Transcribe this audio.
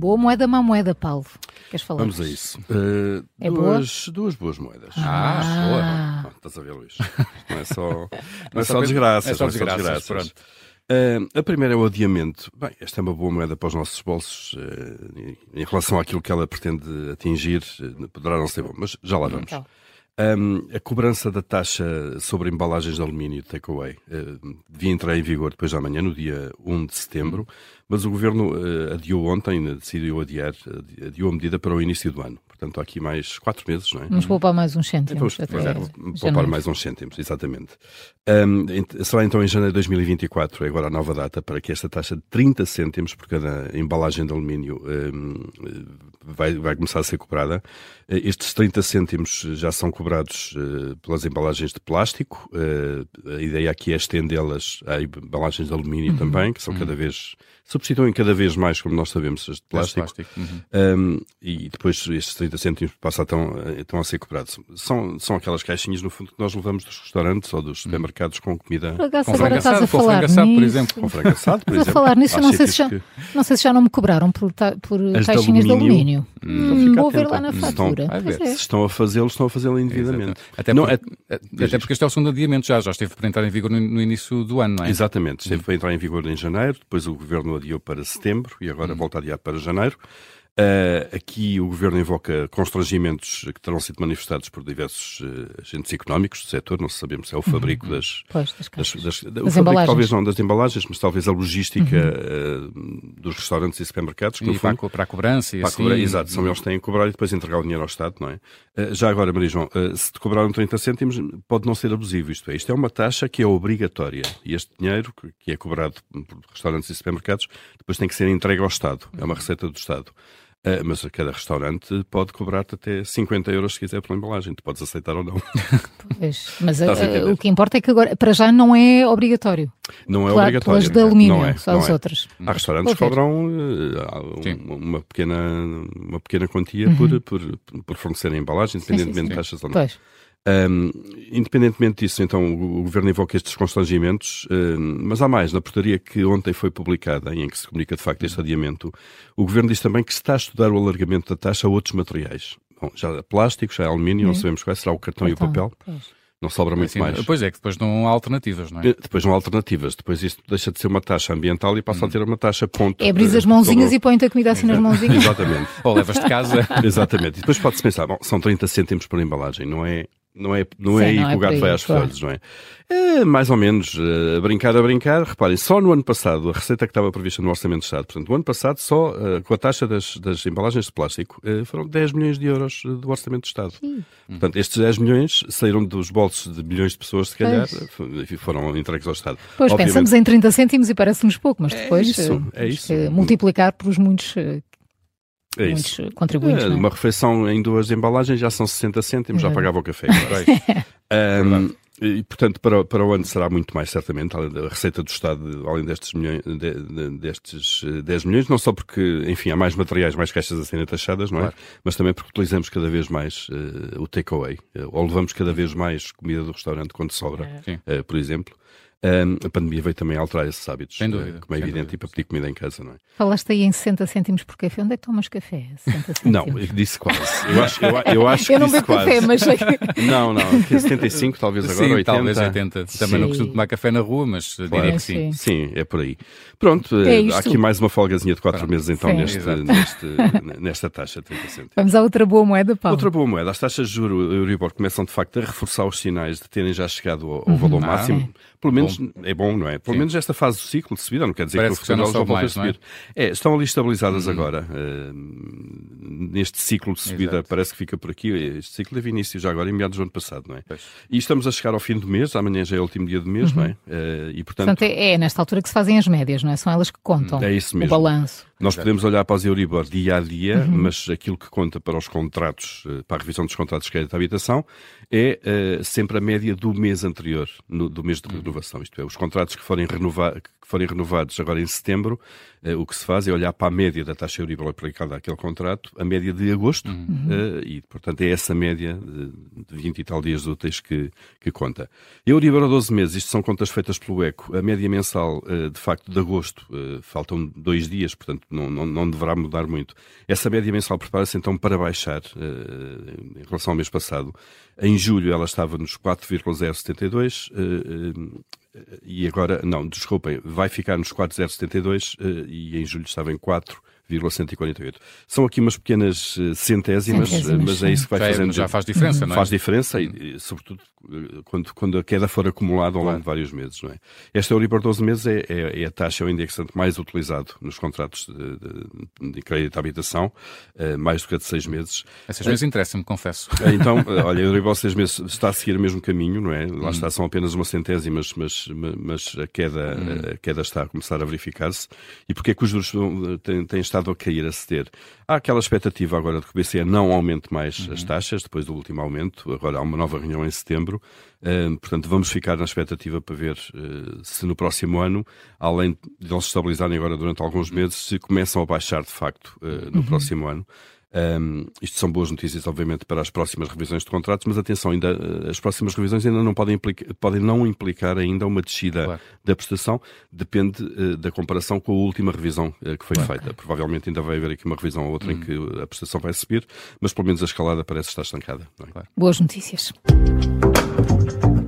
Boa moeda, má moeda, Paulo. Queres falar? Vamos a isso. Duas boas moedas. Boa. Estás a ver, Luís? Não é só desgraças. É só desgraças. Pronto. A primeira é o adiamento. Bem, esta é uma boa moeda para os nossos bolsos. Em relação àquilo que ela pretende atingir, poderá não ser bom, mas já lá vamos. Então. A cobrança da taxa sobre embalagens de alumínio de takeaway devia entrar em vigor depois de amanhã, no dia 1 de setembro, mas o Governo adiou ontem, decidiu adiou a medida para o início do ano. Portanto, há aqui mais 4 meses, não é? Vamos poupar mais uns cêntimos. Vamos poupar mais uns cêntimos, exatamente. Será então em janeiro de 2024, é agora a nova data, para que esta taxa de 30 cêntimos por cada embalagem de alumínio vai começar a ser cobrada. Estes 30 cêntimos já são cobrados pelas embalagens de plástico. A ideia aqui é estendê-las a embalagens de alumínio também, que são substituem cada vez mais, como nós sabemos, as de plástico. E depois estes 30 cêntimos passam então a ser cobrados. São aquelas caixinhas, no fundo, que nós levamos dos restaurantes ou dos supermercados com comida. Com frango assado, por exemplo. Com frango assado, por exemplo. A falar nisso, não sei se já não me cobraram por caixinhas de alumínio. Vou ver lá na fatura. Se estão a fazê-lo indevidamente. Até porque este é o segundo adiamento, já esteve para entrar em vigor no início do ano, não é? Exatamente, esteve para entrar em vigor em janeiro, depois o Governo adiou para setembro e agora volta a adiar para janeiro. Aqui o Governo invoca constrangimentos que terão sido manifestados por diversos agentes económicos do setor. Não sabemos se é o fabrico das embalagens. Talvez não das embalagens, mas talvez a logística dos restaurantes e supermercados. Que, e para a cobrança. Exato, são eles que têm que cobrar e depois entregar o dinheiro ao Estado, não é? Já agora, Maria João, se te cobraram 30 cêntimos, pode não ser abusivo. Isto é uma taxa que é obrigatória. E este dinheiro, que é cobrado por restaurantes e supermercados, depois tem que ser entregue ao Estado. É uma receita do Estado. Mas cada restaurante pode cobrar-te até 50 euros se quiser pela embalagem. Tu podes aceitar ou não. Pois, mas o que importa é que agora, para já, não é obrigatório. Não é obrigatório. As de alumínio, só as outras. Há restaurantes que cobram uma pequena quantia por fornecerem embalagens, independentemente de taxas ou não. Pois. Independentemente disso, então, o Governo invoca estes constrangimentos, mas há mais. Na portaria que ontem foi publicada, em que se comunica de facto este adiamento, o Governo diz também que se está a estudar o alargamento da taxa a outros materiais. Bom, já é plástico, já é alumínio, não sabemos quais, será o cartão e o papel. Não sobra muito mais. Pois é, que depois não há alternativas, não é? Depois não há alternativas. Depois isto deixa de ser uma taxa ambiental e passa a ter uma taxa ponta. É abrir as mãozinhas e põe-te a comida assim nas mãozinhas. Exatamente. Ou levas de casa. Exatamente. E depois pode-se pensar, bom, são 30 cêntimos por embalagem, não é aí que o gato vai às folhas, não é? É mais ou menos a brincar. Reparem, só no ano passado, a receita que estava prevista no Orçamento de Estado, portanto, no ano passado, só com a taxa das embalagens de plástico, foram 10 milhões de euros do Orçamento de Estado. Portanto, estes 10 milhões saíram dos bolsos de milhões de pessoas, se calhar, e foram entregues ao Estado. Pois, obviamente, pensamos em 30 cêntimos e parece-nos pouco, mas depois é isso. Multiplicar pelos muitos contribuintes. Uma refeição em 2 embalagens já são 60 cêntimos, já pagava o café. E, portanto, para o ano será muito mais, certamente, a receita do Estado, além destes 10 milhões, não só porque, enfim, há mais materiais, mais caixas a serem taxadas, não é? Claro. Mas também porque utilizamos cada vez mais o takeaway, ou levamos cada vez mais comida do restaurante quando sobra, por exemplo. A pandemia veio também alterar esses hábitos, sem dúvida, como é evidente, e para pedir comida em casa, não é? Falaste aí em 60 cêntimos por café. Onde é que tomas café? 60 cêntimos? Não, eu disse quase. Eu acho que eu não disse bebo quase. Café, mas... Não, 75, talvez agora, sim, 80. Talvez 80. Também não costumo tomar café na rua, mas diria que sim. Sim, é por aí. Pronto, há aqui mais uma folgazinha de 4 meses, então, nesta taxa de 30 cêntimos. Vamos à outra boa moeda, Paulo. Outra boa moeda. As taxas de juros Euribor começam, de facto, a reforçar os sinais de terem já chegado ao valor máximo. Pelo menos, é bom, não é? Pelo menos esta fase do ciclo de subida, não quer dizer parece que no futuro elas vão voltar a subir. Não é? Estão ali estabilizadas agora. Neste ciclo de subida, parece que fica por aqui. Este ciclo teve início já agora, em meados do ano passado, não é? Pois. E estamos a chegar ao fim do mês, amanhã já é o último dia do mês, não é? E, portanto, é nesta altura que se fazem as médias, não é? São elas que contam. É isso mesmo. O balanço. Nós podemos olhar para os Euribor dia a dia, mas aquilo que conta para os contratos, para a revisão dos contratos de crédito à habitação, é sempre a média do mês anterior, do mês de renovação. Isto é, os contratos que forem renovados agora em setembro, O que se faz é olhar para a média da taxa Euribor aplicada àquele contrato, a média de agosto, e, portanto, é essa média de 20 e tal dias úteis que conta. Euribor a 12 meses, isto são contas feitas pelo ECO, a média mensal, de facto, de agosto, faltam 2 dias, portanto, não deverá mudar muito. Essa média mensal prepara-se então para baixar em relação ao mês passado. Em julho ela estava nos 4,072 e agora, não, desculpem, vai ficar nos 4,072 e em julho estava em 4,148. São aqui umas pequenas centésimas, mas é isso que vai fazendo. Já faz diferença, não é? Faz diferença e sobretudo, quando a queda for acumulada ao longo de vários meses, não é? Esta Euribor 12 meses é a taxa, é o indexante mais utilizado nos contratos de crédito à habitação, mais do que a de 6 meses. A 6 meses interessa-me, confesso. Então, olha, a Euribor 6 meses está a seguir o mesmo caminho, não é? Lá está, são apenas uma centésimas, mas a queda está a começar a verificar-se. E porquê é que os juros têm estado a cair, a ceder? Há aquela expectativa agora de que o BCE não aumente mais as taxas, depois do último aumento. Agora há uma nova reunião em setembro. Portanto, vamos ficar na expectativa para ver se no próximo ano, além de eles se estabilizarem agora durante alguns meses, se começam a baixar de facto no próximo ano. Isto são boas notícias, obviamente, para as próximas revisões de contratos, mas atenção, ainda as próximas revisões ainda não podem não implicar ainda uma descida da prestação, depende da comparação com a última revisão que foi feita. Provavelmente ainda vai haver aqui uma revisão ou outra em que a prestação vai subir, mas pelo menos a escalada parece estar estancada. Não é? Boas notícias.